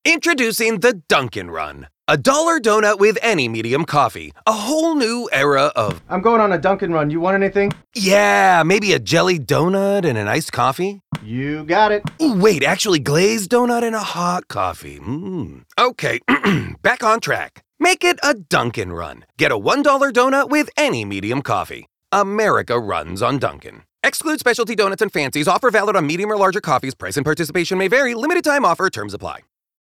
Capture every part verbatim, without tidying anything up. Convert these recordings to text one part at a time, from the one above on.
Introducing the Dunkin' Run, a dollar donut with any medium coffee. A whole new era of... I'm going on a Dunkin' Run. You want anything? Yeah, maybe a jelly donut and an iced coffee? You got it. Ooh, wait, actually glazed donut and a hot coffee. Mmm. Okay, back on track. Make it a Dunkin' Run. Get a one dollar donut with any medium coffee. America runs on Dunkin'. Exclude specialty donuts and fancies. Offer valid on medium or larger coffees. Price and participation may vary. Limited time offer. Terms apply.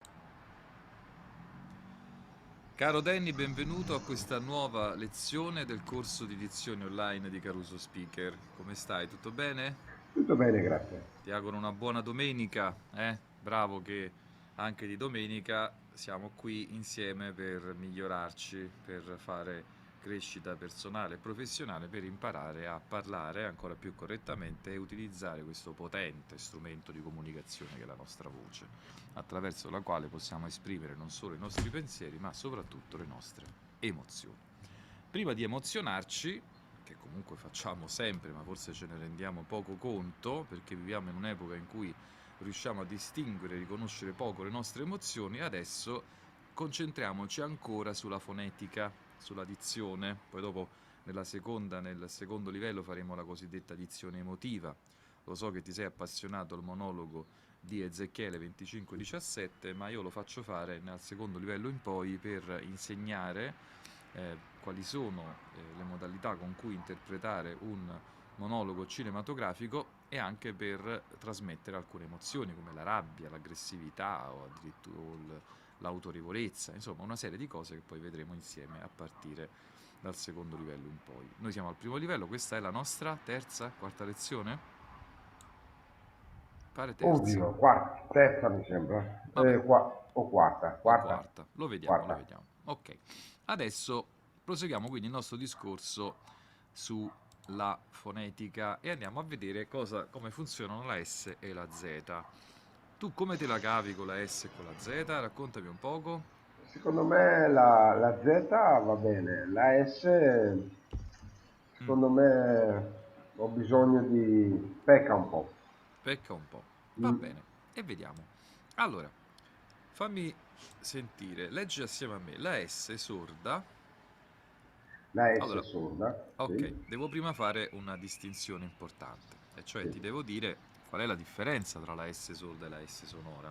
Caro Danny, benvenuto a questa nuova lezione del corso di dizione online di Caruso Speaker. Come stai? Tutto bene? Tutto bene, grazie. Ti auguro una buona domenica, eh? Bravo che anche di domenica siamo qui insieme per migliorarci, per fare crescita personale e professionale, per imparare a parlare ancora più correttamente e utilizzare questo potente strumento di comunicazione che è la nostra voce, attraverso la quale possiamo esprimere non solo i nostri pensieri, ma soprattutto le nostre emozioni. Prima di emozionarci, che comunque facciamo sempre, ma forse ce ne rendiamo poco conto, perché viviamo in un'epoca in cui riusciamo a distinguere e riconoscere poco le nostre emozioni, adesso concentriamoci ancora sulla fonetica, sulla dizione. Poi dopo nella seconda, nel secondo livello faremo la cosiddetta dizione emotiva. Lo so che ti sei appassionato al monologo di Ezechiele venticinque diciassette, ma io lo faccio fare nel secondo livello in poi per insegnare eh, quali sono eh, le modalità con cui interpretare un monologo cinematografico e anche per trasmettere alcune emozioni come la rabbia, l'aggressività o addirittura l'autorevolezza, insomma una serie di cose che poi vedremo insieme a partire dal secondo livello in poi. Noi siamo al primo livello, questa è la nostra terza, quarta lezione? Pare terza. Oddio, quarta, terza mi sembra, eh, qua, o quarta, quarta. O quarta, lo vediamo, quarta. lo vediamo. Ok, adesso proseguiamo quindi il nostro discorso sulla fonetica e andiamo a vedere cosa, come funzionano la S e la Z. Tu come te la cavi con la S e con la Z? Raccontami un poco. Secondo me la, la Z va bene, la S secondo mm. me ho bisogno di... pecca un po'. Pecca un po', va Mm. bene, e vediamo. Allora, fammi sentire, leggi assieme a me, la S sorda. La S allora, sorda. Ok, sì. devo prima fare una distinzione importante, e cioè Sì. ti devo dire qual è la differenza tra la S sorda e la S sonora.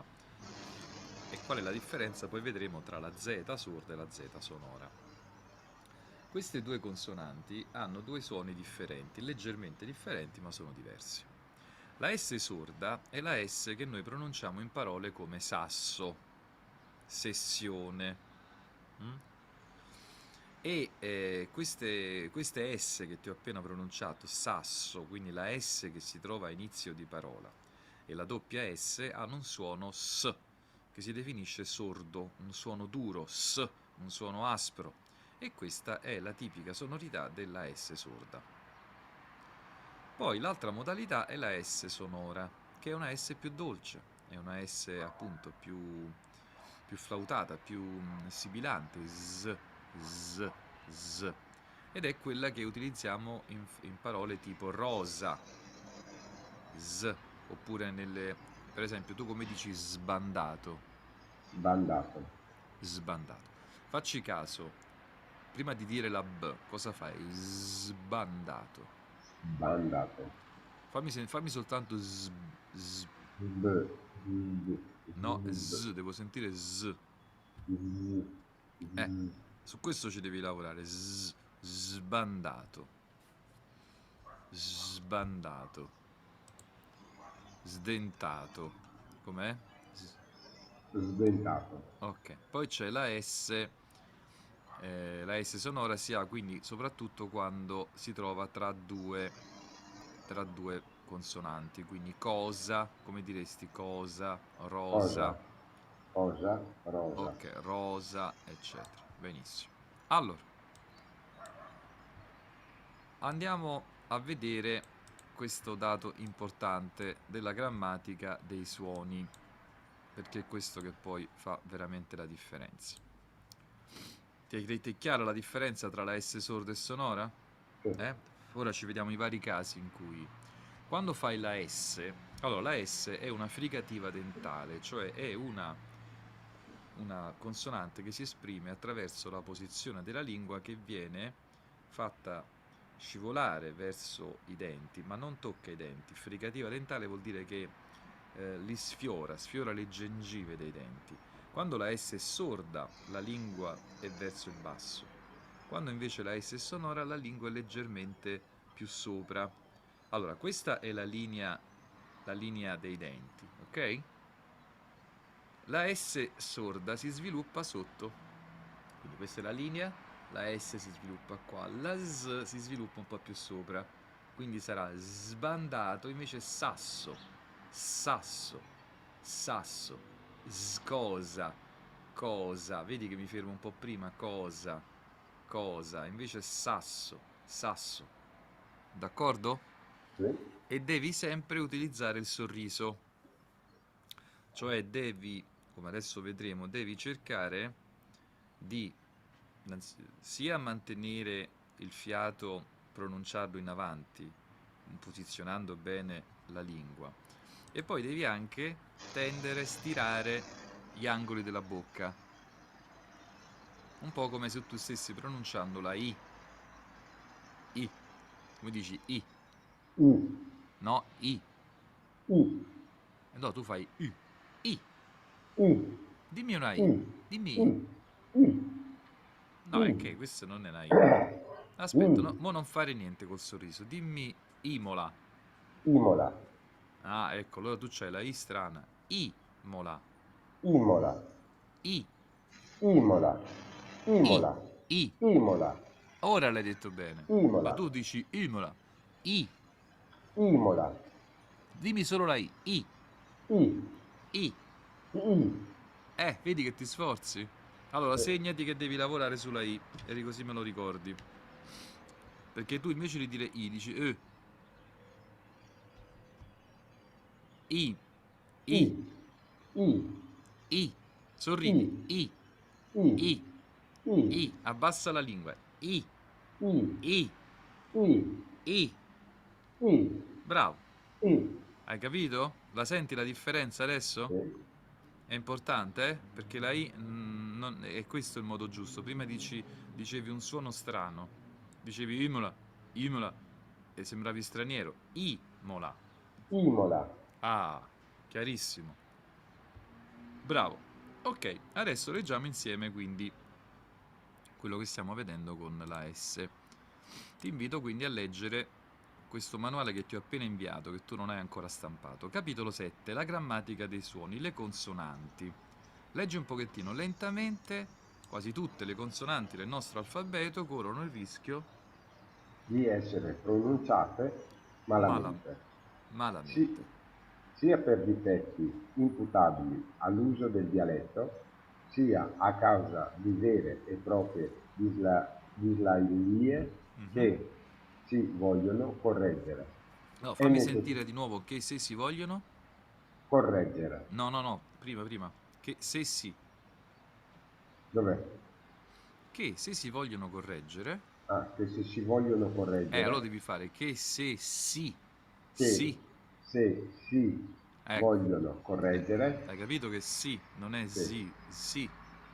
E qual è la differenza, poi vedremo, tra la Z sorda e la Z sonora. Queste due consonanti hanno due suoni differenti, leggermente differenti, ma sono diversi. La S sorda è la S che noi pronunciamo in parole come sasso, sessione. Mm? E eh, queste, queste S che ti ho appena pronunciato, sasso, quindi la S che si trova a inizio di parola, e la doppia S hanno un suono S, che si definisce sordo, un suono duro, S, un suono aspro, e questa è la tipica sonorità della S sorda. Poi l'altra modalità è la S sonora, che è una S più dolce, è una S appunto più, più flautata, più sibilante, Z, Z, Z, ed è quella che utilizziamo in, in parole tipo rosa, Z, oppure nelle, per esempio tu come dici sbandato? Sbandato. Sbandato. Facci caso, prima di dire la B, cosa fai? Sbandato. Sbandato. Fammi, fammi soltanto z, z. B, z, No, z, z, devo sentire z. z, Eh, su questo ci devi lavorare. Z, sbandato. Sbandato. Sdentato. Com'è? Sdentato. Ok, poi c'è la S. Eh, la S sonora si ha quindi soprattutto quando si trova tra due, tra due consonanti, quindi cosa, come diresti cosa, rosa. Cosa, rosa. Ok, rosa, eccetera. Benissimo. Allora, andiamo a vedere questo dato importante della grammatica dei suoni, perché è questo che poi fa veramente la differenza. Ti è chiara la differenza tra la S sorda e sonora? Sì. Eh? Ora ci vediamo i vari casi in cui quando fai la S, allora la S è una fricativa dentale, cioè è una una consonante che si esprime attraverso la posizione della lingua che viene fatta scivolare verso i denti, ma non tocca i denti. Fricativa dentale vuol dire che eh, li sfiora, sfiora le gengive dei denti. Quando la S è sorda, la lingua è verso il basso. Quando invece la S è sonora, la lingua è leggermente più sopra. Allora, questa è la linea, la linea dei denti, ok? La S sorda si sviluppa sotto, quindi questa è la linea, la S si sviluppa qua, la S si sviluppa un po' più sopra, quindi sarà sbandato, invece sasso, sasso, sasso, scosa, cosa, vedi che mi fermo un po' prima, cosa, cosa, invece sasso, sasso, d'accordo? Sì. E devi sempre utilizzare il sorriso, cioè devi, come adesso vedremo, devi cercare di sia mantenere il fiato, pronunciarlo in avanti, posizionando bene la lingua, e poi devi anche tendere a stirare gli angoli della bocca, un po' come se tu stessi pronunciando la I. I. Come dici I? I. No, I. I. No, tu fai I. I. I. Dimmi una I. I. Dimmi I. I. I. No, è I. che questo non è una I. Aspetta, no, mo non fare niente col sorriso. Dimmi Imola. Imola. Ah, ecco, allora tu c'hai la I strana. Imola. Imola. I. Imola. Imola. I. Imola. Ora l'hai detto bene. Imola. Ma tu dici Imola. I. Imola. Dimmi solo la I. I. I. I. I. Eh, vedi che ti sforzi? Allora, segnati che devi lavorare sulla I, e così me lo ricordi. Perché tu invece di dire I, dici E. I. I. I. I. Sorridi. I. I. I. I. I. Abbassa la lingua. I. I. I. I. I. I. Bravo. I. Hai capito? La senti la differenza adesso? Sì. È importante, eh? Perché la I mm, non, è questo il modo giusto. Prima dici, dicevi un suono strano. Dicevi Imola, Imola, e sembravi straniero. Imola. Imola. Ah, chiarissimo. Bravo. Ok, adesso leggiamo insieme quindi quello che stiamo vedendo con la S. Ti invito quindi a leggere questo manuale che ti ho appena inviato, che tu non hai ancora stampato. Capitolo sette, la grammatica dei suoni, le consonanti. Leggi un pochettino lentamente, quasi tutte le consonanti del nostro alfabeto corrono il rischio Di essere pronunciate malamente. malamente. Sì, sia per difetti imputabili all'uso del dialetto, sia a causa di vere e proprie disla- dislaiie Mhm. che si vogliono correggere. No, È fammi necess- sentire di nuovo che se si vogliono. Correggere. No, no, no, prima, prima. Che se si. Dov'è? Che se si vogliono correggere. Ah, che se si vogliono correggere. Eh, allora devi fare che se si. Che Sì. se si Ecco. vogliono correggere. Hai capito che sì, non è Sì. zi, sì.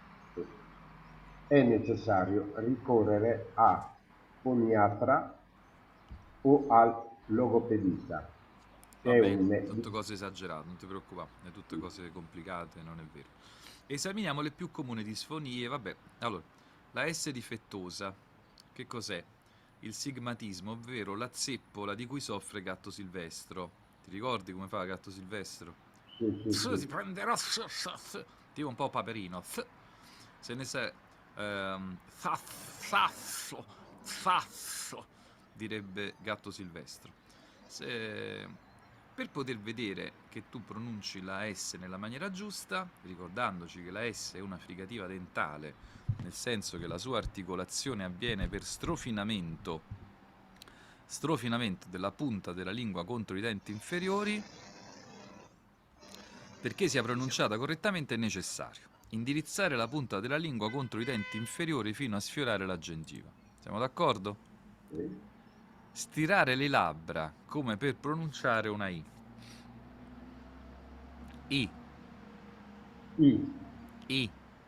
È necessario ricorrere a foniatra o al logopedista. Va È bene, un... tutte cose esagerate, non ti preoccupare, è tutte cose complicate, non è vero. Esaminiamo le più comuni disfonie, vabbè. Allora, la S difettosa, che cos'è? Il sigmatismo, ovvero la zeppola di cui soffre Gatto Silvestro. Ti ricordi come fa Gatto Silvestro? Sì, sì, Si sì. prenderà tipo un po' Paperino. Se ne sa ehm, sasso, sasso, direbbe Gatto Silvestro. Se, per poter vedere che tu pronunci la S nella maniera giusta, ricordandoci che la S è una fricativa dentale, nel senso che la sua articolazione avviene per strofinamento, strofinamento della punta della lingua contro i denti inferiori, perché sia pronunciata correttamente è necessario indirizzare la punta della lingua contro i denti inferiori fino a sfiorare la gengiva. Siamo d'accordo? Sì. Stirare le labbra come per pronunciare una I. I. I. I.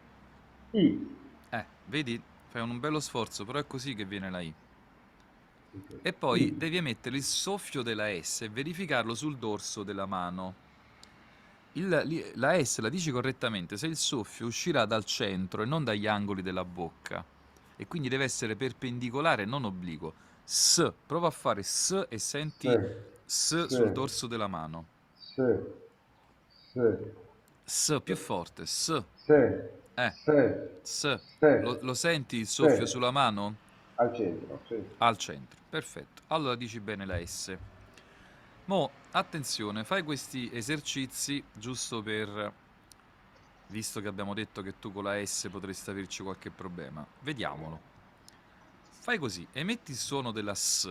I. Eh, vedi? Fai un bello sforzo, però è così che viene la I. Ok. E poi I. devi mettere il soffio della S e verificarlo sul dorso della mano. Il- li- la S la dici correttamente se il soffio uscirà dal centro e non dagli angoli della bocca. E quindi deve essere perpendicolare, non obliquo. S, prova a fare S e senti Se. S sul Se. dorso della mano. Se. Se. S, più forte, S. Se. Eh, Se. S. Lo, Se. lo senti il soffio Se. sulla mano? Al centro, sì. Al centro, perfetto. Allora dici bene la S. Mo, attenzione, fai questi esercizi giusto per, visto che abbiamo detto che tu con la S potresti averci qualche problema. Vediamolo. Fai così, emetti il suono della S,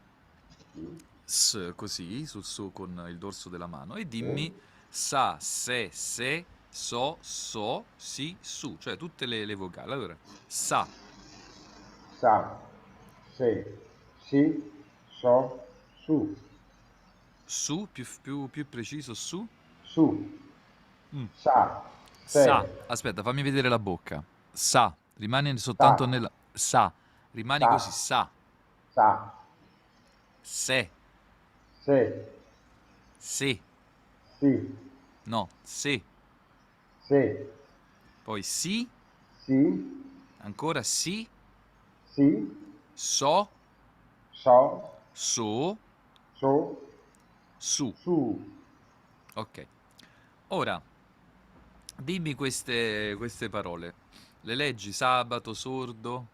S così, sul su con il dorso della mano, e dimmi sa, se, se, so, so, si, su, cioè tutte le, le vocali. Allora, sa, Sa. Se. Si. So. Su. su, più, più, più preciso, su, Su. Mm. Sa. sa. Se. Aspetta, fammi vedere la bocca. Sa, rimani soltanto Sa. nella... Sa, rimani così, Sa. sa, Sa. se, Se. se, Si. no, se, Se. poi si, Si. ancora si, Si. so, So. so, So. su. Su. Ok. Ora, dimmi queste, queste parole. Le leggi sabato, sordo?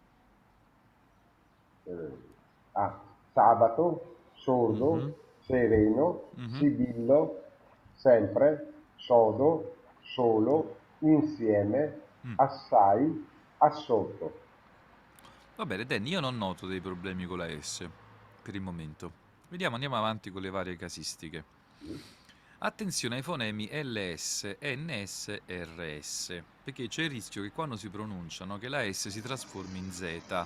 Eh, ah, sabato, Mhm, sordo, sereno, mhm. sibillo, sempre, sodo, solo, insieme, Mm. assai, assotto. Va bene, Danny, io non noto dei problemi con la S per il momento. Vediamo, andiamo avanti con le varie casistiche. Attenzione ai fonemi L S, N S e R S, perché c'è il rischio che quando si pronunciano che la S si trasformi in Z.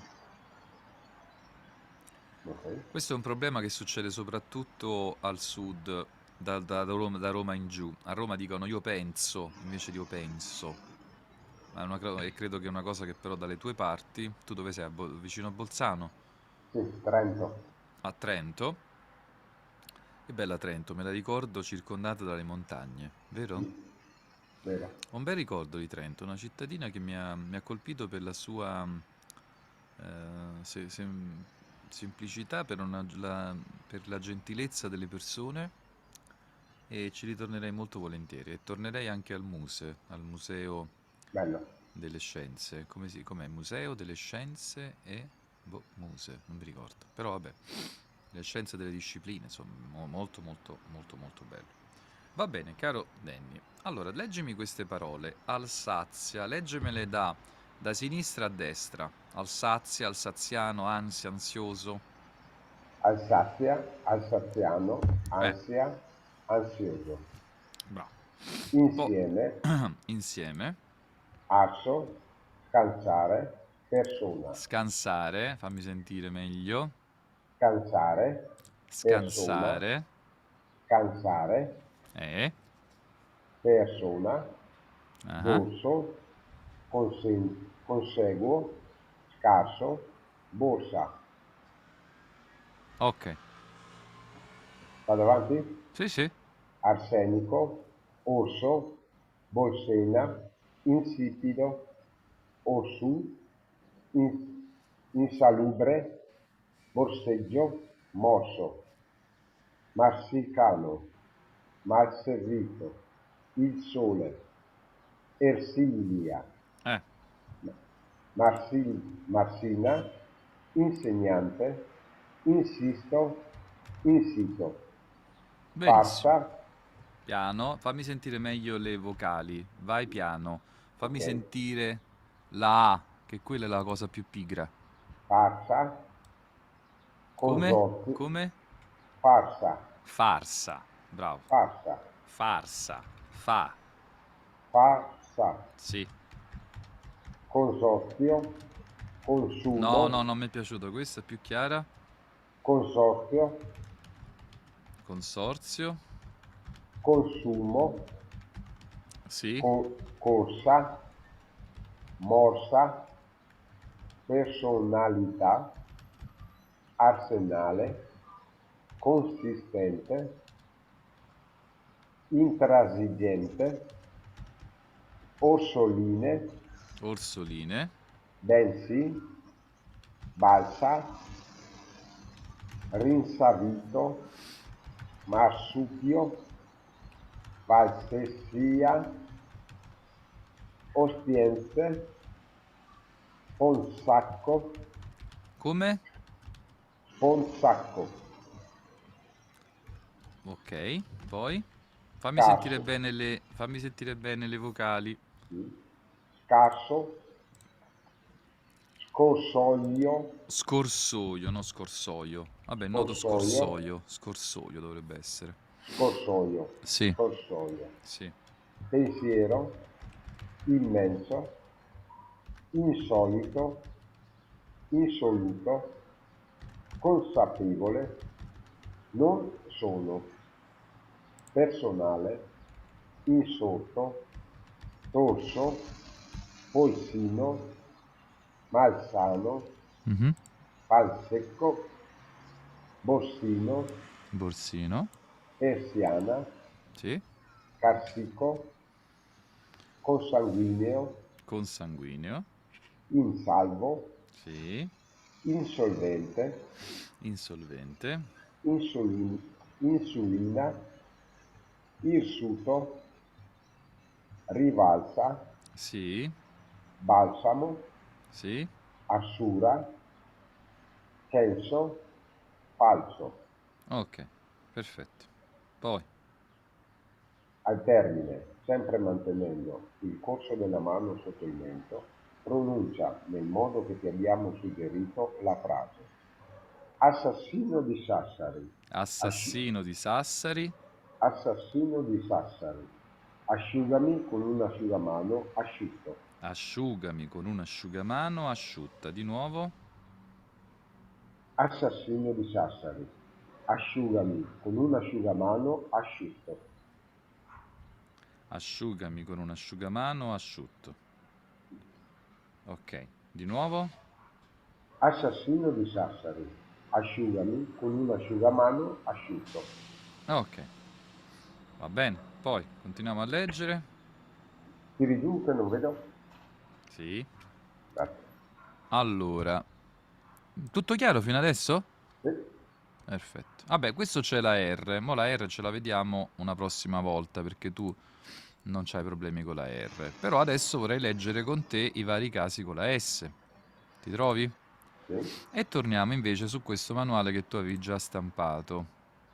Ok? Questo è un problema che succede soprattutto al sud, da, da- da Roma, da Roma in giù. A Roma dicono io penso invece di io penso. Ma è una co- e credo che è una cosa che però dalle tue parti, tu dove sei? A Bo- vicino a Bolzano? Sì, Trento. A Trento? Che bella Trento, me la ricordo circondata dalle montagne, vero? Vero. Ho un bel ricordo di Trento, una cittadina che mi ha, mi ha colpito per la sua eh, se- sem- semplicità, per, una- la, per la gentilezza delle persone, e ci ritornerei molto volentieri. E tornerei anche al Muse, al Museo Bello. delle Scienze. Come si, com'è? Museo delle Scienze e... Boh, Muse, non mi ricordo. Però vabbè, le scienze delle discipline, insomma, mo- molto molto molto molto bello. Va bene, caro Danny. Allora, leggimi queste parole. Alsazia, leggemele da, da sinistra a destra. Alsazia, alsaziano, ansia, ansioso. Alsazia, alsaziano, Eh, ansia, ansioso. bravo. Poi, Insieme, insieme, asso, scansare, persona. scansare, fammi sentire meglio. Scansare, persona, Scansare, cansare, eh, persona, ah, dorso, consen- conseguo, scarso, borsa. ok. Vado avanti? Sì, sì. Arsenico, orso, bolsena, insipido, orsù, in- insalubre, borseggio, morso, marsicano, malservito, il sole, Ersilia, Eh, Marsil- Marsina, insegnante, insisto, insito, benissimo. farsa, Piano, fammi sentire meglio le vocali. Vai piano. Fammi ok, sentire la A, che quella è la cosa più pigra. farsa, Come? consorti, Come? farsa, Farsa. Bravo. farsa, Farsa. Fa. farsa, Sì. consortio, No, no, consumo, non mi è piaciuto. Questa è più chiara. consortio, Consorzio. consumo, Sì. co- corsa, morsa, personalità, arsenale, consistente, intransigente, orsoline, Orsoline. bensì, balsa, rinsavito, marsupio, valsessia, ostiense, sponsacco, Come? sponsacco, Ok, poi? Fammi sentire scarso, bene le, fammi sentire bene le vocali. sì, scarso, scorsoio, Scorsoio, no scorsoio. Vabbè, noto scorsoio, scorsoio. Scorsoio dovrebbe essere. scorsoio, Sì, scorsoio, sì. pensiero, immenso, insolito, insoluto, consapevole, non sono, personale, insorto, torso, polsino, malsano, Mhm. palsecco, borsino, Borsino. persiana, Sì. carsico, consanguineo, Consanguineo. insalvo, Sì. insolvente, Insolvente. insulin- insulina, irsuto, rivalsa, Sì. balsamo, Sì. assura, censo, falso. Ok, perfetto. Poi. Al termine, sempre mantenendo il corso della mano sotto il mento, pronuncia nel modo che ti abbiamo suggerito la frase: assassino di Sassari, asci- Assassino di Sassari. assassino di Sassari, asciugami con un asciugamano asciutto. Asciugami con un asciugamano asciutta. Di nuovo. Assassino di Sassari, asciugami con un asciugamano asciutto. Asciugami con un asciugamano asciutto. Ok, di nuovo. Assassino di Sassari, asciugami con un asciugamano asciutto. Ok, va bene. Poi continuiamo a leggere. Tiri giù che non vedo? Sì. Grazie. Allora, tutto chiaro fino adesso? Sì. Perfetto. Vabbè, questo c'è la R. Mo' la R ce la vediamo una prossima volta perché tu non c'hai problemi con la R. Però adesso vorrei leggere con te i vari casi con la S. Ti trovi? Sì. E torniamo invece su questo manuale che tu avevi già stampato.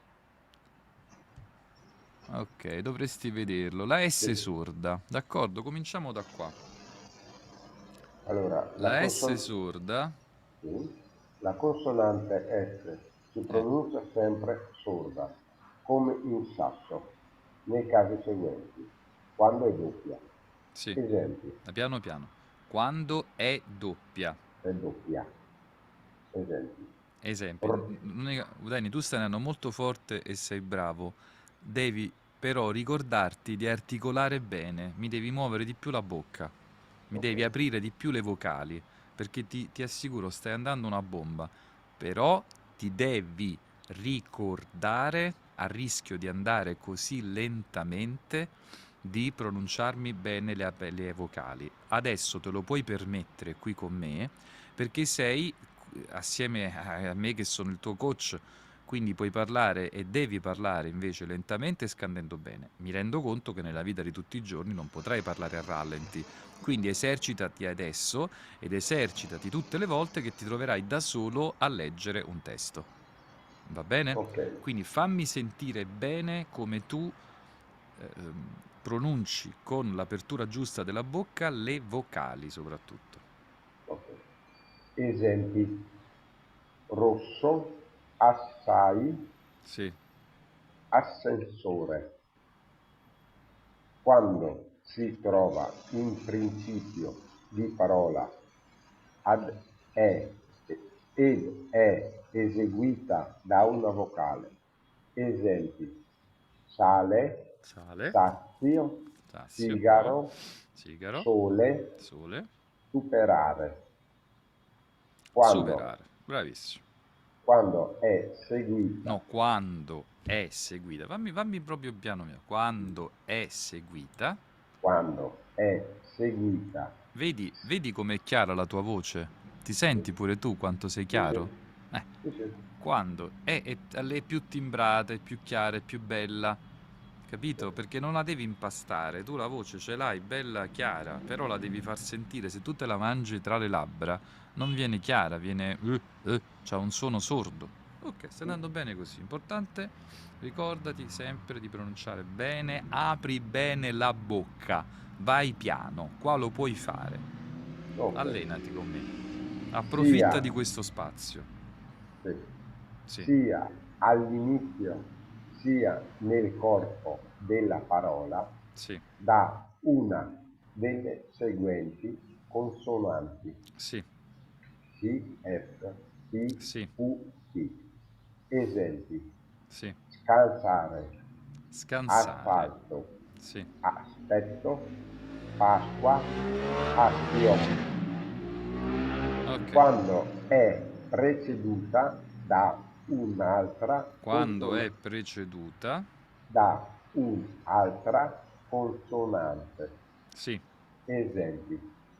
Ok, dovresti vederlo. La S Sì. sorda. D'accordo, cominciamo da qua. Allora, la, La S conson- sorda. sì. La consonante S si Eh, pronuncia sempre sorda, come in sasso, nei casi seguenti, quando è doppia. sì, Esempi, da piano piano. Quando è doppia. è doppia. Esempi. Esempio, R- n- non è- Dani, tu stai andando molto forte e sei bravo. Devi però ricordarti di articolare bene. Mi devi muovere di più la bocca. Mi ok, devi aprire di più le vocali. Perché ti, ti assicuro, stai andando una bomba. Però ti devi ricordare, a rischio di andare così lentamente, di pronunciarmi bene le, le vocali. Adesso te lo puoi permettere qui con me perché sei assieme a me che sono il tuo coach, quindi puoi parlare e devi parlare invece lentamente e scandendo bene. Mi rendo conto che nella vita di tutti i giorni non potrai parlare a rallenti, quindi esercitati adesso ed esercitati tutte le volte che ti troverai da solo a leggere un testo. Va bene? ok, Quindi fammi sentire bene come tu eh, pronunci con l'apertura giusta della bocca le vocali soprattutto. ok. Esempi, rosso, assai, Sì, assessore. Quando si trova in principio di parola ad è ed è eseguita da una vocale. Esempi: sale, sale, sazio, tassio, poi, sigaro, sigaro, sole, sole, superare. Quando, Superare. Bravissimo. quando è seguita, No, quando è seguita. Fammi, fammi proprio piano piano. Quando è seguita. quando è seguita, Vedi, vedi com'è chiara la tua voce? Ti senti pure tu quanto sei chiaro? Eh, sì, sì, quando è, è, è più timbrata, è più chiara, è più bella. Capito? Perché non la devi impastare, tu la voce ce l'hai bella chiara, però la devi far sentire, se tu te la mangi tra le labbra, non viene chiara, viene... Uh, uh, c'ha un suono sordo. Ok, sta andando bene così. Importante, ricordati sempre di pronunciare bene, apri bene la bocca, vai piano, qua lo puoi fare. ok. Allenati con me. Approfitta Sia, di questo spazio. sì, Sì, sia all'inizio sia nel corpo della parola sì, da una delle seguenti consonanti sì, C, F, P, sì, U, T. Esempi: sì. scansare, Scansare. asfalto, Sì. aspetto, Pasqua, astio. Ok. Quando è preceduta da un'altra Quando è consonante, preceduta. da un'altra consonante. Sì. Esempi: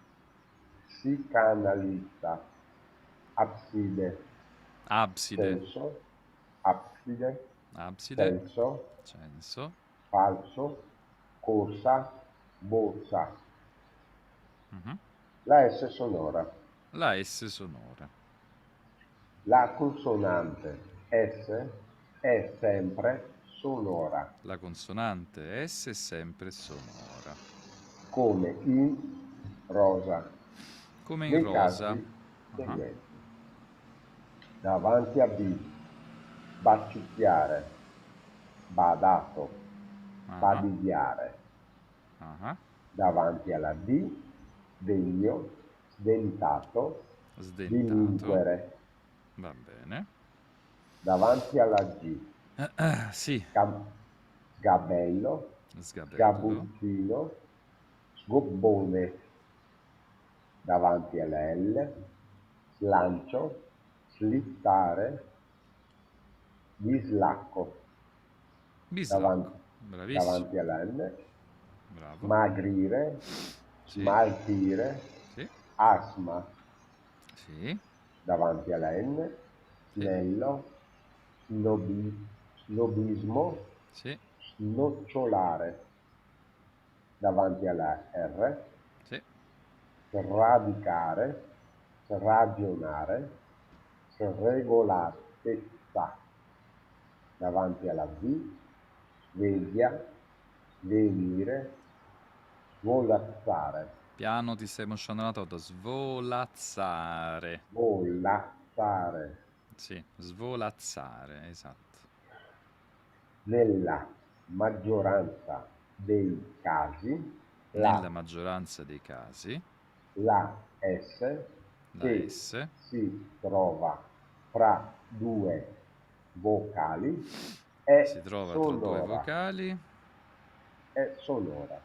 psicanalista, abside, Abside. senso, abside, Abside. senso, Censo. falso, corsa, borsa. Mhm. La S sonora. La S sonora. La consonante S è sempre sonora, La consonante S è sempre sonora. come in rosa, Come in nei rosa. casi Ah, seguenti. Davanti a B, bacciucchiare, badato, ah, badigliare. ah. Davanti alla D, degno, sdentato, Sdentato. dilinquere. Va bene. Davanti alla G, Ah, ah, sì. Gab- sgabello, Sgabello. sgabuzzino, sgobbone. Davanti alla L, slancio, slittare, dislacco. Bislacco. Davanti, Bravissimo. davanti alla N, Bravo. smagrire, Sì. smaltire, Sì. asma. Sì. Davanti alla N, Sì. snello, snobi- snobismo, Sì. snocciolare. Davanti alla R, Sì. sradicare, sragionare, sregolatezza. Davanti alla V, sveglia, svenire, svolazzare, Piano ti stai mosciando la toto. Svolazzare. svolazzare. Sì, svolazzare, esatto. Nella maggioranza dei casi, Nella la, maggioranza dei casi, la S la che S si trova fra due vocali si è trova tra due sonora, vocali. è sonora.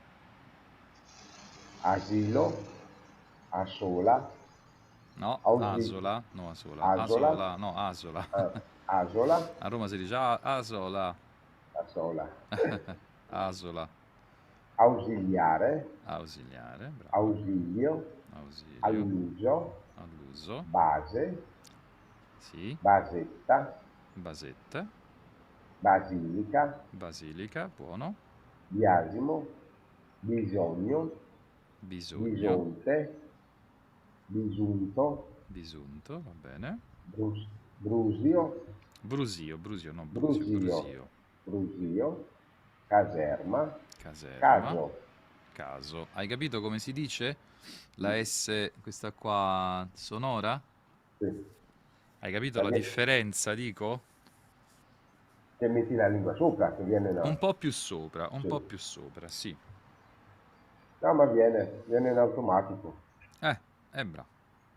Asilo, asola, No, ausi- Asola, no Asola, asola, Asola, no Asola. ah, asola, A Roma si dice "Ah, Asola, asola, Asola, ausiliare, ausiliare, bravo, ausilio, ausilio, alluso, alluso, base, sì, basetta, basetta, basilica, basilica, buono, biasimo, bisogno, bisogno, bisonte, bisunto, bisunto, va bene, brus- brusio, brusio, brusio, no brusio, brusio, brusio, brusio, caserma, caserma, caso. caso. Hai capito come si dice la S, questa qua sonora? Sì. Hai capito la Perché differenza, dico? se metti la lingua sopra, che viene Un no. po' più sopra, un Sì. po' più sopra, sì. No, ma viene, viene in automatico. Eh, è bravo.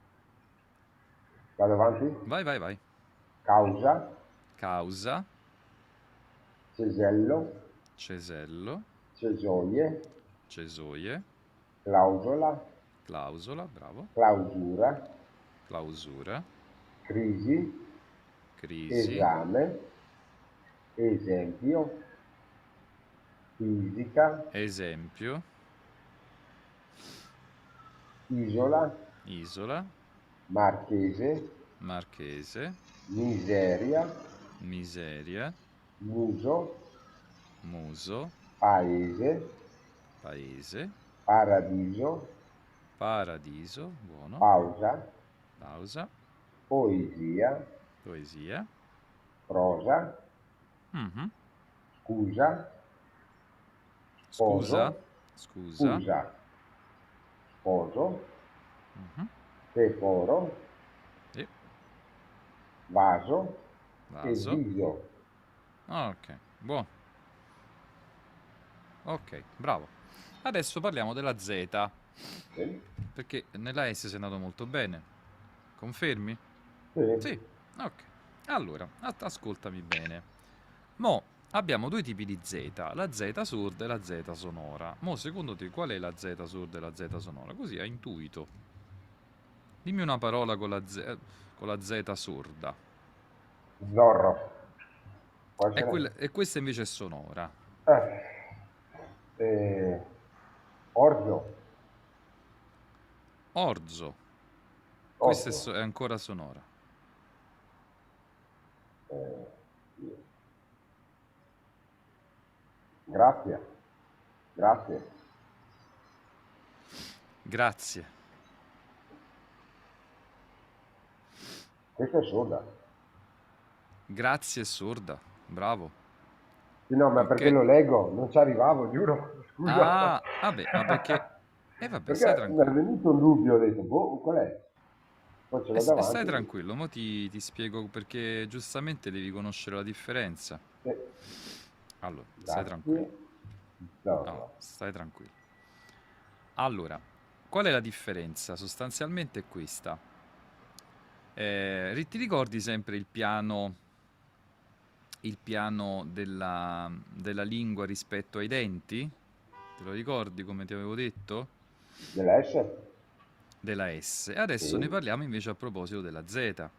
Vado avanti? Vai, vai, vai. Causa, Causa, cesello, cesello, cesoie, cesoie, clausola, clausola, bravo, clausura, clausura, crisi, crisi, esame, esempio, fisica, esempio, isola, isola, marchese, marchese, miseria, miseria, muso, muso, paese, paese, paradiso, paradiso, buono, pausa, pausa, poesia, poesia, prosa, mhm, scusa, scusa, sposo, scusa, scusa, sposo, mhm, tesoro, sì, vaso e vaso, viso. ok, buono, ok, bravo. Adesso parliamo della Z, Sì? perché nella S sei andato molto bene, confermi? Sì. Sì, ok. Allora, a- ascoltami bene. Mo' abbiamo due tipi di Z, la Z sorda e la Z sonora. Mo' secondo te qual è la Z sorda e la Z sonora? Così a intuito. Dimmi una parola con la Z, con la Z sorda. Zorro. Può E, quella- essere? e questa invece è sonora. Eh. Eh, orzo. Orzo. Questa è, Orzo. so- è ancora sonora. Eh, sì. Grazie. Grazie. Grazie. Questa è sorda. Grazie è sorda. Bravo. Sì, no, ma perché Ok. lo leggo? Non ci arrivavo, giuro. Scusa. Ah, vabbè, ma perché... E vabbè, stai Perché mi è tranquillo. venuto un dubbio, ho detto, boh, qual è? Poi ce E, l'ho s- e stai davanti. tranquillo, mo ti, ti spiego perché giustamente devi conoscere la differenza. Sì. Allora, stai tranquillo. Grazie. No, Zorro. stai tranquillo. Allora, qual è la differenza? Sostanzialmente è questa. Eh, ri- ti ricordi sempre il piano, il piano della, della lingua rispetto ai denti? Te lo ricordi come ti avevo detto? Della S? Della S. E adesso ne Sì. parliamo invece a proposito della Z.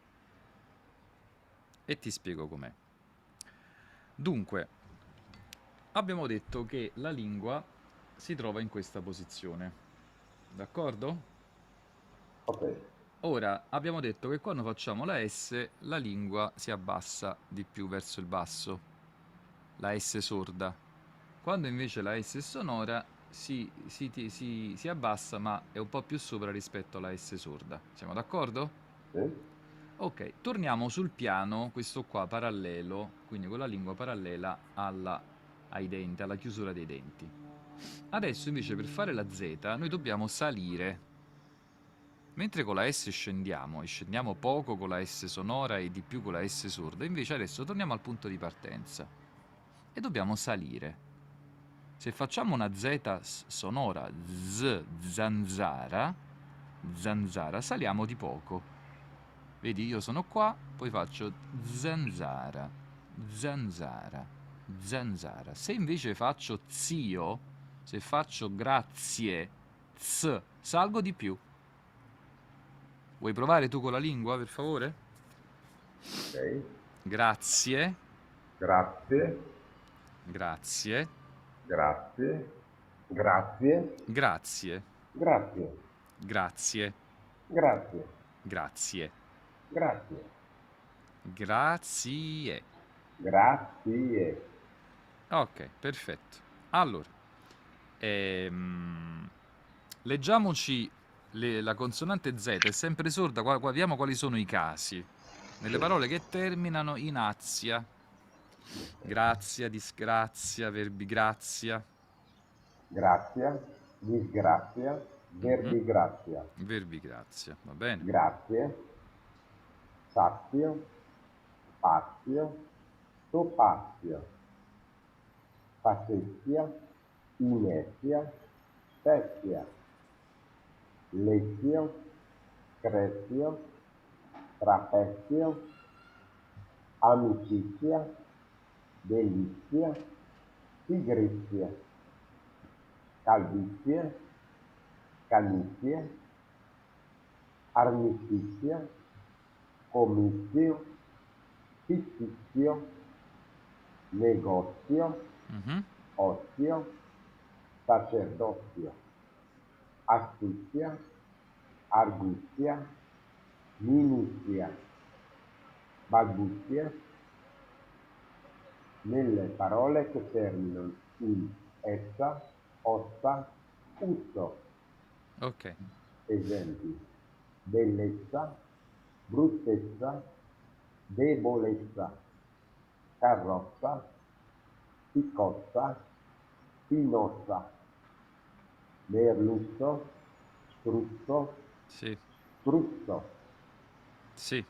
E ti spiego com'è. Dunque, abbiamo detto che la lingua si trova in questa posizione. D'accordo? Ok. Ora, abbiamo detto che quando facciamo la S, la lingua si abbassa di più verso il basso, la S sorda. Quando invece la S sonora si, si, ti- si- si abbassa, ma è un po' più sopra rispetto alla S sorda. Siamo d'accordo? Sì. Ok, torniamo sul piano, questo qua parallelo, quindi con la lingua parallela alla- ai denti, alla chiusura dei denti. Adesso invece per fare la Z noi dobbiamo salire. Mentre con la S scendiamo, e scendiamo poco con la S sonora e di più con la S sorda, invece adesso torniamo al punto di partenza e dobbiamo salire. Se facciamo una Z s- sonora, Z, zanzara, zanzara, saliamo di poco. Vedi, io sono qua, poi faccio zanzara, zanzara, zanzara. Se invece faccio zio, se faccio grazie, z, salgo di più. Vuoi provare tu con la lingua, per favore? Ok. Grazie, Grazie. grazie, Grazie. Grazie. grazie, Grazie. grazie, Grazie. grazie, Grazie. grazie. Grazie. Ok, perfetto. Allora, ehm, leggiamoci le- la consonante Z, è sempre sorda, qua- qua- vediamo quali sono i casi. Nelle parole che terminano in azia. Grazia, disgrazia, verbigrazia. Grazia. Disgrazia. Mhm. Verbigrazia. Verbigrazia, va bene? Grazie. Sazio. Spazio. Topazio. Facezia. Inerzia. Spezia. Lezio. Crezio. Trapezio. Amicizia. Delizia. Pigrizia. Calvizie. canizie, armistizia, comizio, fittizio, negozio, Mhm. ozio, sacerdozio, astuzia, arguzia, minuzia, balbuzia, nelle parole che terminano in essa, ossa, uzzo. Ok. Esempi: bellezza, bruttezza, debolezza, carrozza, picozza, pinozza, merluzzo, struzzo, Sì, struzzo. sì.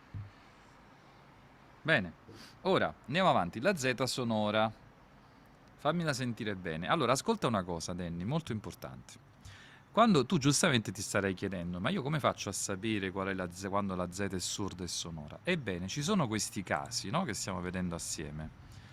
Bene. Ora, andiamo avanti. La Z sonora. Fammela sentire bene. Allora, ascolta una cosa, Danny, molto importante. Quando tu giustamente ti starei chiedendo, ma io come faccio a sapere qual è la Z, quando la Z è sorda e sonora? Ebbene, ci sono questi casi, no, che stiamo vedendo assieme.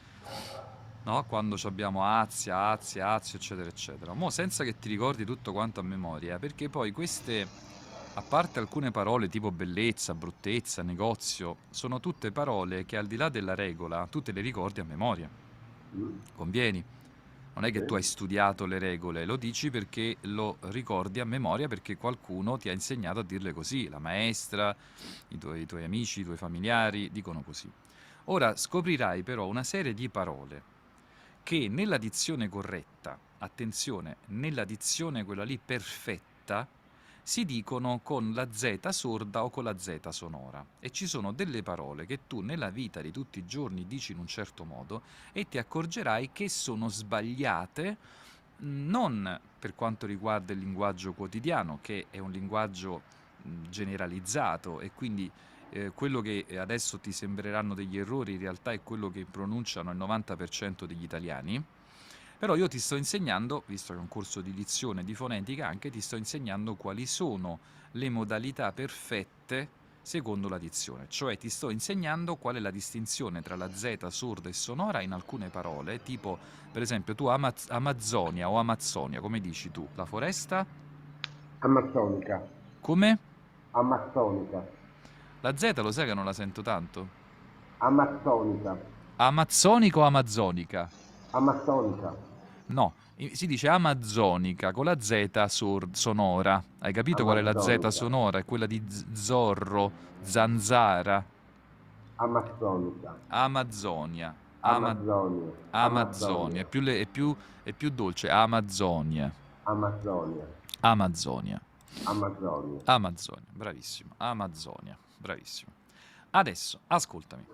No? Quando ci abbiamo azia, azia, azio, eccetera, eccetera. Mo' senza che ti ricordi tutto quanto a memoria, perché poi queste, a parte alcune parole tipo bellezza, bruttezza, negozio, sono tutte parole che al di là della regola tu te le ricordi a memoria. Mm? Convieni? Non è che Sì? tu hai studiato le regole, lo dici perché lo ricordi a memoria, perché qualcuno ti ha insegnato a dirle così, la maestra, i tuoi, i tuoi amici, i tuoi familiari dicono così. Ora scoprirai però una serie di parole che nella dizione corretta, attenzione, nella dizione quella lì perfetta, si dicono con la Z sorda o con la Z sonora. E ci sono delle parole che tu nella vita di tutti i giorni dici in un certo modo e ti accorgerai che sono sbagliate, non per quanto riguarda il linguaggio quotidiano, che è un linguaggio mh, generalizzato e quindi eh, quello che adesso ti sembreranno degli errori in realtà è quello che pronunciano il novanta per cento degli italiani. Però io ti sto insegnando, visto che è un corso di dizione, di fonetica anche, ti sto insegnando quali sono le modalità perfette secondo la dizione. Cioè ti sto insegnando qual è la distinzione tra la Z sorda e sonora in alcune parole, tipo per esempio tu Amaz- Amazzonia o Amazzonia, come dici tu? La foresta? Amazzonica, Come? amazzonica, La Z lo sai che non la sento tanto? amazzonica, Amazzonica o amazzonica? amazzonica, No, i- si dice amazzonica con la Z sor- sonora. Hai capito qual è la Z amazzonica, sonora? È quella di z- zorro, zanzara, amazzonica, Amazzonia, Ama- Amazzonia, Amazzonia, Amazzonia, è più, le- è, più, è più dolce, Amazzonia, Amazzonia, Amazzonia, Amazzonia. Amazzonia, bravissimo, Amazzonia, bravissimo. Adesso, ascoltami.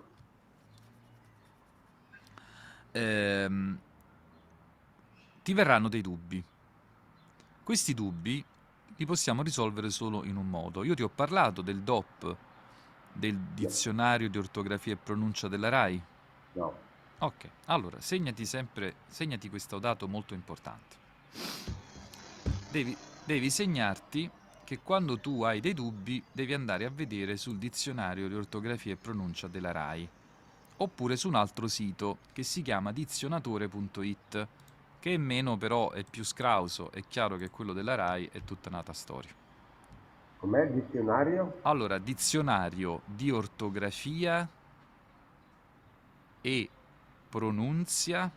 Ehm, ti verranno dei dubbi. Questi dubbi li possiamo risolvere solo in un modo. Io ti ho parlato del D O P, del dizionario di ortografia e pronuncia della RAI. No, Ok, allora segnati sempre, segnati questo dato molto importante. Devi, devi segnarti che quando tu hai dei dubbi devi andare a vedere sul dizionario di ortografia e pronuncia della RAI, oppure su un altro sito che si chiama dizionatore punto it, che è meno però è più scrauso, è chiaro che quello della RAI è tutta nata storia. com'è il dizionario? Allora, dizionario di ortografia e pronunzia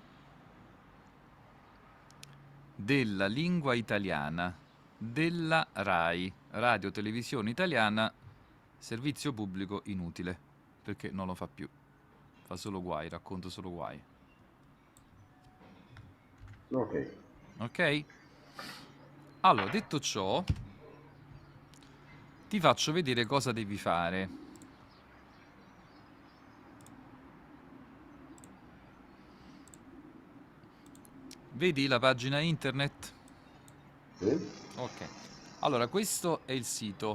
della lingua italiana, della RAI, Radio Televisione Italiana, servizio pubblico inutile, perché non lo fa più, fa solo guai, racconta solo guai. Ok, Ok? Allora, detto ciò, ti faccio vedere cosa devi fare. Vedi la pagina internet? sì, Ok. Allora, questo è il sito.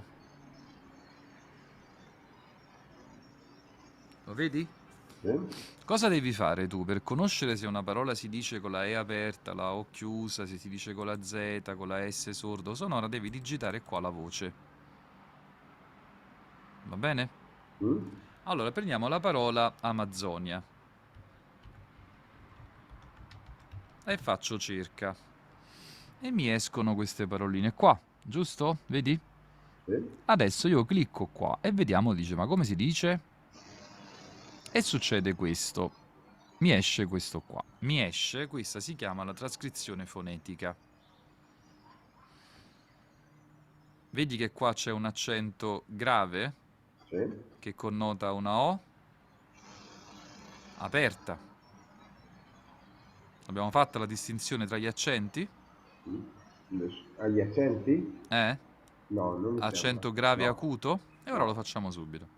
Lo vedi? sì, Cosa devi fare tu per conoscere se una parola si dice con la E aperta, la O chiusa, se si dice con la Z, con la S sordo o sonora, devi digitare qua la voce. Va bene? mm? Allora, prendiamo la parola Amazzonia e faccio cerca. E mi escono queste paroline qua. giusto? Vedi? Sì? Adesso io clicco qua e vediamo, dice, ma come si dice? E succede questo. Mi esce questo qua. Mi esce, questa si chiama la trascrizione fonetica. Vedi che qua c'è un accento grave Sì? che connota una O aperta. Abbiamo fatto la distinzione tra gli accenti? Le- Agli accenti? Eh? No, non mi sembra. Accento grave No, acuto? E ora lo no. facciamo subito.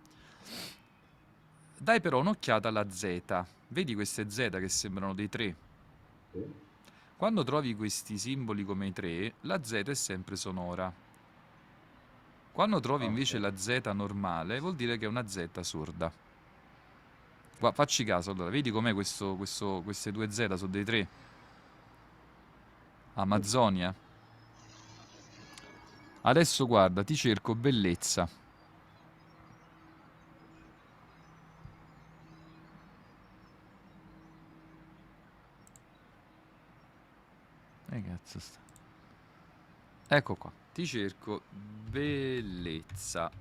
Dai però un'occhiata alla Z. Vedi queste Z che sembrano dei tre? Sì? Quando trovi questi simboli come i tre, la Z è sempre sonora. Quando trovi invece Ok. la Z normale, vuol dire che è una Z sorda. Gua- facci caso, allora, vedi com'è questo, questo, queste due Z sono dei tre? Amazzonia. Adesso guarda, ti cerco bellezza. Eh, cazzo sta. Ecco qua, ti cerco bellezza.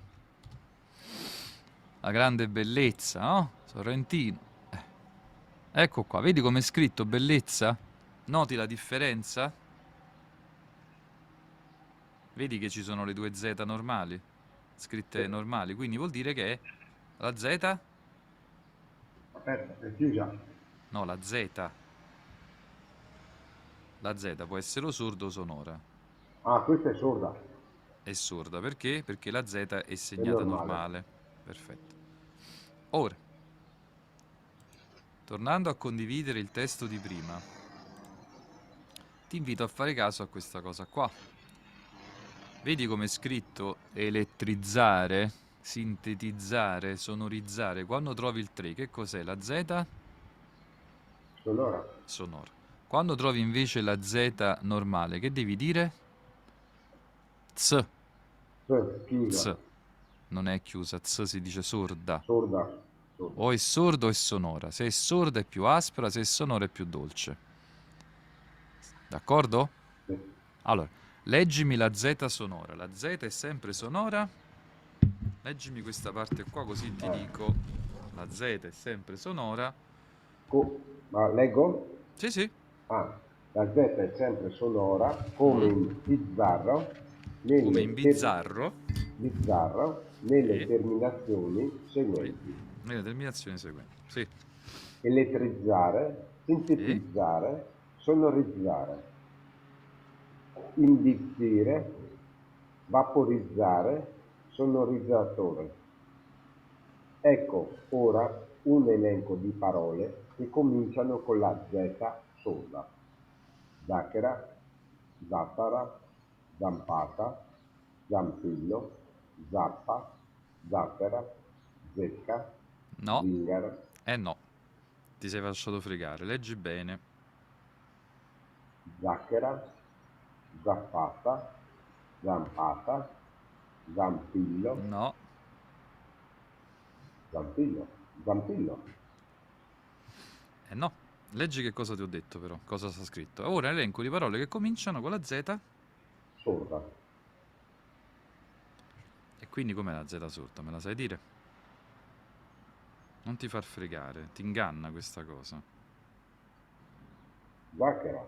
La grande bellezza, no? Sorrentino. Eh, Ecco qua, vedi com'è scritto bellezza? Noti la differenza? Vedi che ci sono le due Z normali? Scritte Sì. normali, quindi vuol dire che la Z? Aspetta, è chiusa. No, la Z. La Z può essere o sorda o sonora. Ah, questa è sorda. È sorda, perché? Perché la Z è È segnata normale. normale. Perfetto. Ora, tornando a condividere il testo di prima, ti invito a fare caso a questa cosa qua. Vedi come è scritto elettrizzare, sintetizzare, sonorizzare. Quando trovi il tre, che cos'è? La Z? Sonora. Sonora. Quando trovi invece la Z normale, che devi dire? Z. Sì, chiusa. Z. Non è chiusa, Z si dice sorda. Sorda. Sorda. O è sorda o è sonora. Se è sorda è più aspra, se è sonora è più dolce. D'accordo? Sì. Allora, leggimi la Z sonora. La Z è sempre sonora. Leggimi questa parte qua così ti dico. La Z è sempre sonora. Co- Ma leggo? Sì, sì. Ah, la Z è sempre sonora, come Mm. in bizzarro, Come in nelle, ter- bizzarro. bizzarro, nelle Sì. terminazioni Sì. seguenti. Nelle terminazioni seguenti. Sì. Elettrizzare, Sì. sintetizzare, sonorizzare, imbizzire, vaporizzare, sonorizzatore. Ecco ora un elenco di parole che cominciano con la Z sorda. Zacchera, zattara, zampata, zampillo, zappa, zattera, zecca, No. zingara, Eh no. Ti sei lasciato fregare. Leggi bene. zacchera, zappata, zampata, zampillo, No. zampillo, zampillo. Eh no. Leggi che cosa ti ho detto però. Cosa sta scritto. Ora elenco di parole che cominciano con la Z. Sorda. E quindi com'è la Z sorda? Me la sai dire? Non ti far fregare. Ti inganna questa cosa. Zacchera,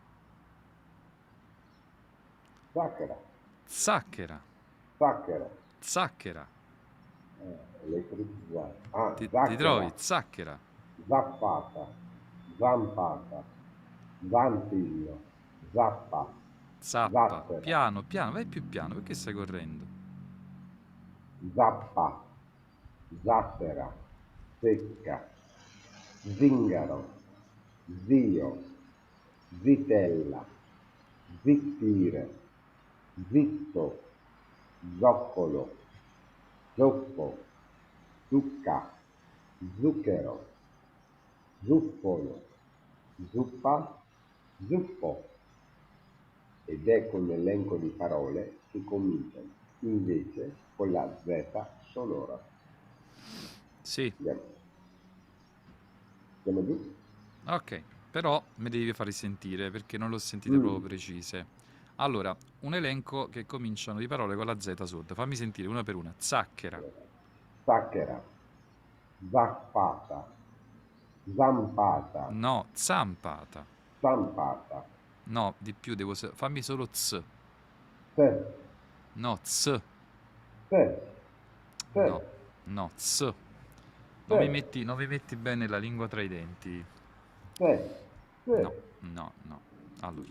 zacchera, Zacchera. zacchera, Zacchera. eh, elettrizzare. Ah, Ti, ti trovi? zacchera, Zacchera. zappata, zampata, zampillo, zappa, Zappa. zattera, Piano, piano. Vai più piano. Perché stai correndo? zappa, zattera, secca, zingaro, zio, zitella, zittire, zitto, zoccolo, zoppo, zucca, zucchero, zuppolo, zuppa, zuppo. Ed ecco un elenco di parole che cominciano invece con la Z sonora. Sì. Andiamo, andiamo giù? Ok. Però me devi fare sentire perché non le ho sentite Mm, proprio precise. Allora, un elenco che cominciano di parole con la Z sorda. Fammi sentire una per una. Zacchera. Zacchera, zappata, zampata, No, zampata. zampata, No, di più devo... sa- Fammi solo z. se, No, z. se, No, se, no, z. Non mi se, metti, non mi metti bene la lingua tra i denti. se, No, se, no, no. Allora,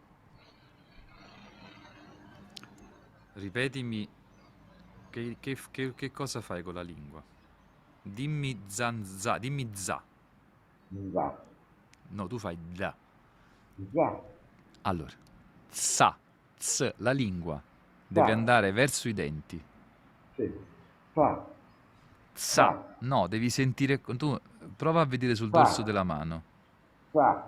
ripetimi che, che- che- che cosa fai con la lingua. Dimmi zanza, dimmi za. za, No, tu fai da. za, Allora, sa, z, la lingua deve sa, andare verso i denti. sì, sa, Sa, sa, no, devi sentire. Tu prova a vedere sul dorso sa, della mano. sa,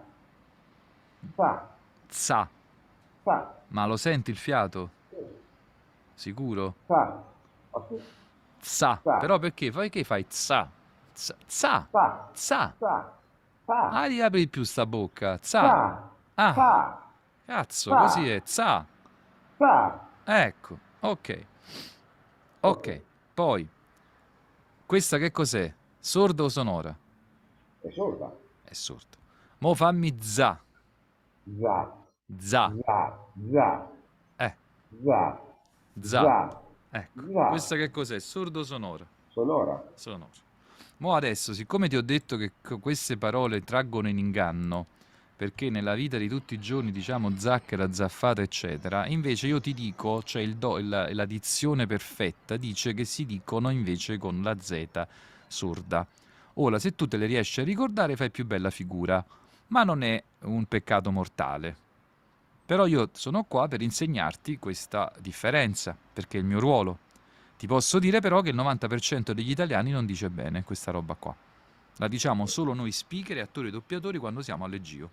sa, Sa, sa, ma lo senti il fiato? sì, Sicuro? sa, oh, sì, Sa, sa, però perché? Fai che fai? Za, za, za, sa, za. sa, sa, Ah, riapri di più sta bocca. Za. sa, Ah, sa, cazzo, così sa, è. Za. sa, Ecco, ok. ok, Ok, poi, questa che cos'è? Sorda o sonora? è sorda, È sorda. Mo fammi za. za, Za. za, za, Eh, za, za. za, Ecco, za, questa che cos'è? Sordo o sonora? sonora, Sonora. Mo adesso, siccome ti ho detto che co- queste parole traggono in inganno, perché nella vita di tutti i giorni diciamo zacchera, zaffata, eccetera, invece io ti dico, cioè il do, il- la dizione perfetta dice che si dicono invece con la Z sorda. Ora, se tu te le riesci a ricordare, fai più bella figura, ma non è un peccato mortale. Però io sono qua per insegnarti questa differenza, perché è il mio ruolo. Ti posso dire però che il novanta per cento degli italiani non dice bene questa roba qua. La diciamo solo noi speaker e attori e doppiatori quando siamo alle Gio.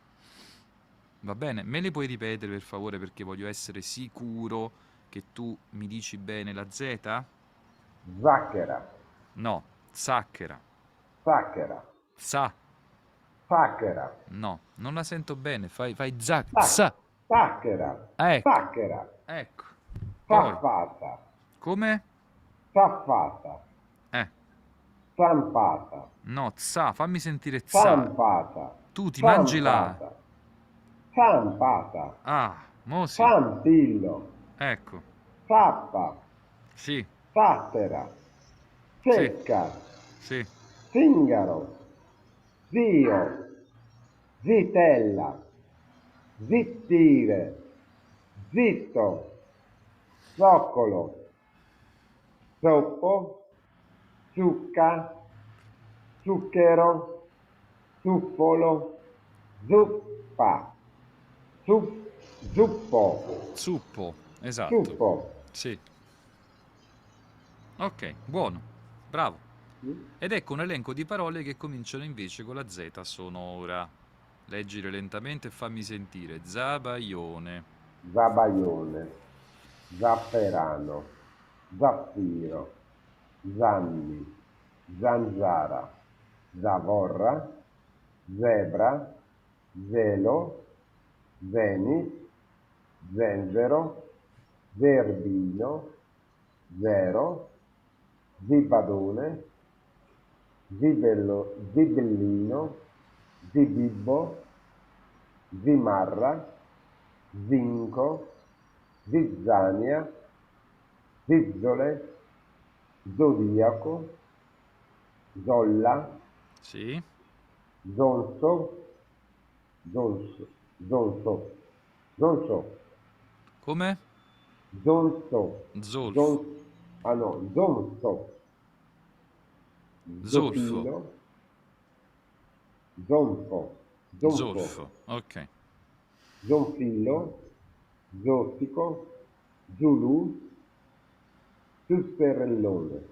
Va bene? Me le puoi ripetere per favore perché voglio essere sicuro che tu mi dici bene la Z? zacchera, No, zacchera. zacchera, Sa. zacchera, No, non la sento bene. Fai, fai za. zac- Za. zacchera, Ecco, zacchera, ecco. Poi, zaffata, come? zaffata, Eh, zampata, no, za. Fammi sentire za. zampata, Tu ti mangi la... zampata, zampata, Ah, mo sì. zampillo, Ecco. zappa, Sì, zattera, sì, secca, sì. zingaro, zio, zitella, zittire, zitto, zoccolo, zoppo, zucca, zucchero, zuppolo, zuppa, zup- zuppo, Zuppo, esatto. zuppo. Sì. Ok, buono. Bravo. Ed ecco un elenco di parole che cominciano invece con la Z sonora. Leggile lentamente e fammi sentire. Zabaione, Zabaione, zafferano, zaffiro, zanni, zanzara, zavorra, zebra, zelo, zenit, zenzero, zerbino, zero, zibadone, zibello, zibellino, zibibbo, zimarra, zinco, zizzania, zizzole, zodiaco, zolla, sì. zonzo, zonzo, zonzo, zonzo, Come? zonzo, Zolfo, zon, ah no, zonzo, zolfo, zofilo, zonfo, zonfo, zolfo. Ok. zonfillo, zostico, zulù, susperellone.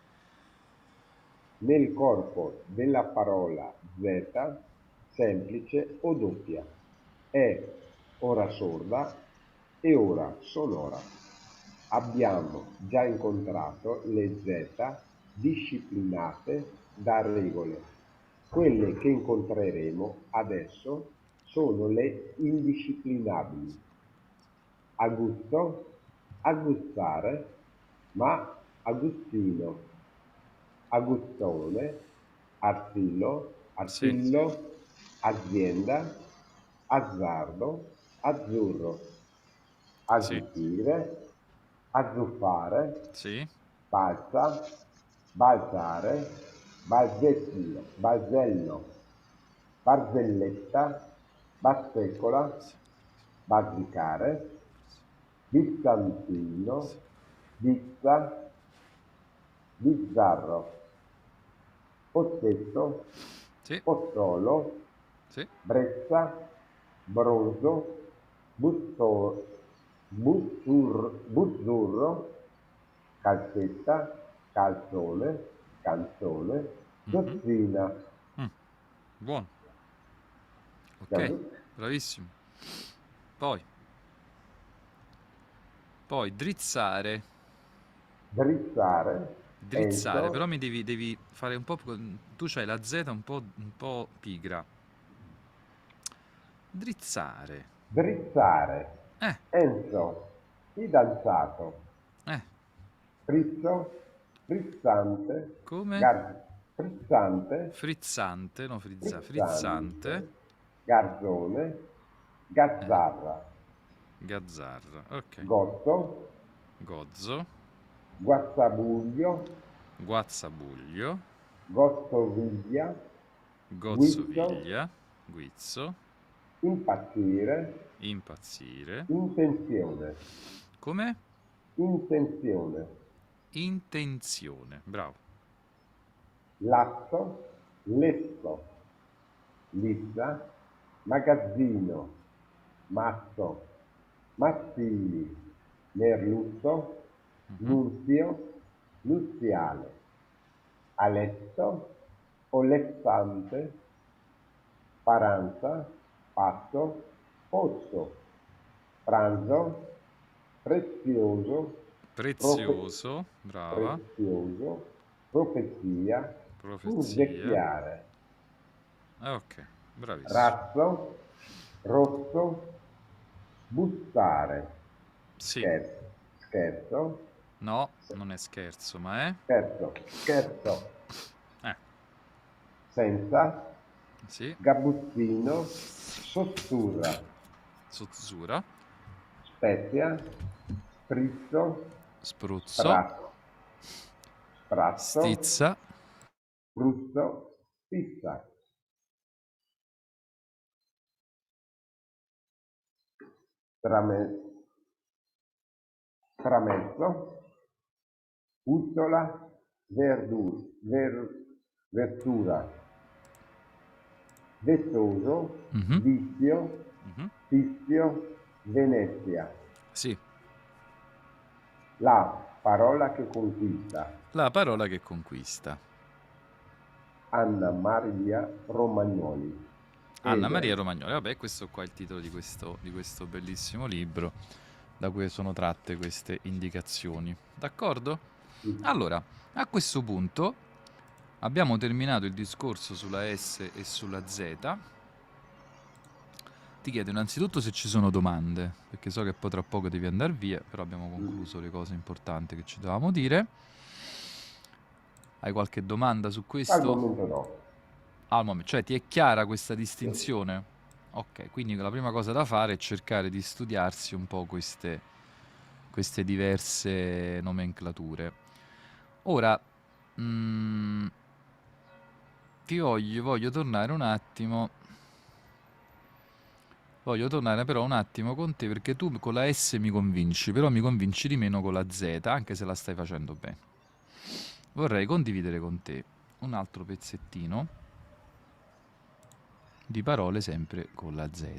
Nel corpo della parola Z, semplice o doppia, è ora sorda e ora sonora. Abbiamo già incontrato le Z disciplinate da regole. Quelle che incontreremo adesso sono le indisciplinabili. a gusto, agguzzare, ma aguzzino, aguzzone, artillo, Sì, artillo, azienda, azzardo, azzurro, sì, azzuffire, azzuffare, sì, balza, balzare, balzetto, balzello, barzelletta, bazzecola, bazzicare, bizzantino, bizza, bizzarro, pozzetto, sì, pozzolo, sì, brezza, bronzo, busto- buzzur- buzzurro, calzetta, calzone, canzone, mhm, dozzina. mm, buono, ok, Capito? bravissimo. Poi, poi drizzare, Drizzare, drizzare, però Enzo, mi devi, devi fare un po', tu c'hai la Z un po', un po' pigra. Drizzare, drizzare, eh, Enzo, fidanzato, eh, frizzo, frizzante, come? gar- frizzante, Frizzante, no, frizza, frizzante, frizzante, garzone, eh, gazzarra, gazzarra, ok, gotto, gozzo, guazzabuglio, guazzabuglio, gozzoviglia, guizzo, gozzoviglia, guizzo, impazzire, impazzire, intenzione, come? intenzione, Intenzione, bravo, lazzo, lesso, lizza, magazzino, mazzo, mazzini, merluzzo, mhm, nunzio, nuziale, aletto, olettante, paranza, passo, pozzo, pranzo, prezioso, profe- prezioso, brava, prezioso, profezia, profezia, punzecchiare, ok, bravissimo, razzo, rosso, bussare, sì, scherzo, scherzo, no, non è scherzo, ma è, scherzo, scherzo, eh, senza, sì, gabuzzino, sossurra, Sozzura, spezia, sprizzo, spruzzo, sprazzo, sprazzo, stizza, spruzzo, pizza, trame- tramezzo, puzzola, verdu- ver- verdura, vettoso, mhm, vizio, mhm, tizio, Venezia. sì, La parola che conquista. la parola che conquista. Anna Maria Romagnoli. Anna Maria Eder. Romagnoli, vabbè, questo qua è il titolo di questo, di questo bellissimo libro da cui sono tratte queste indicazioni. D'accordo? Allora, a questo punto abbiamo terminato il discorso sulla S e sulla Z. Ti chiedo innanzitutto se ci sono domande, perché so che poi tra poco devi andare via, però abbiamo concluso le cose importanti che ci dovevamo dire. Hai qualche domanda su Al questo? momento no. Al momento, cioè ti è chiara questa distinzione? Ok, quindi la prima cosa da fare è cercare di studiarsi un po' queste, queste diverse nomenclature. Ora, mm, ti voglio, voglio tornare un attimo. Voglio tornare però un attimo con te perché tu con la S mi convinci, però mi convinci di meno con la Z, anche se la stai facendo bene. Vorrei condividere con te un altro pezzettino di parole sempre con la Z.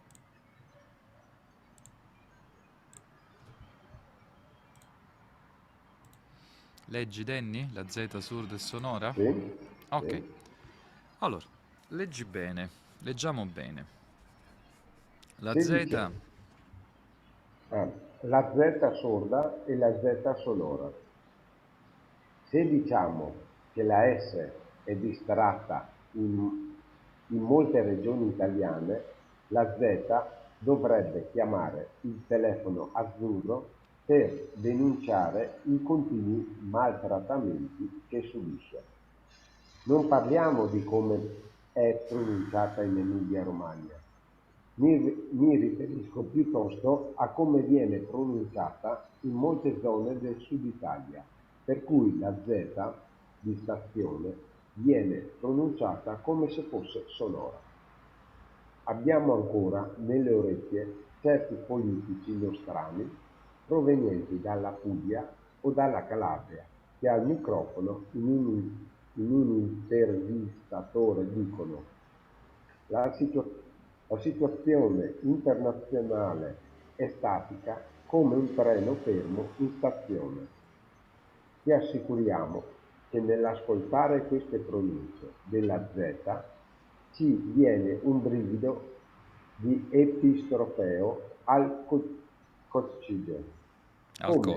Leggi Danny? La Z sorda e sonora? Sì? Ok. Sì. Allora, leggi bene, leggiamo bene. La Se Z, dice ah, la Z sorda e la Z sonora. Se diciamo che la S è distratta in, in molte regioni italiane, la Z dovrebbe chiamare il telefono azzurro per denunciare i continui maltrattamenti che subisce. Non parliamo di come è pronunciata in Emilia-Romagna, mi, mi riferisco piuttosto a come viene pronunciata in molte zone del sud Italia, per cui la Z di stazione viene pronunciata come se fosse sonora. Abbiamo ancora nelle orecchie certi politici nostrani provenienti dalla Puglia o dalla Calabria che al microfono in un, in un intervistatore dicono la, situ- la situazione internazionale è statica come un treno fermo in stazione. Ti assicuriamo che nell'ascoltare queste pronunce della Z ci viene un brivido di epistrofeo al co- coccige, Al come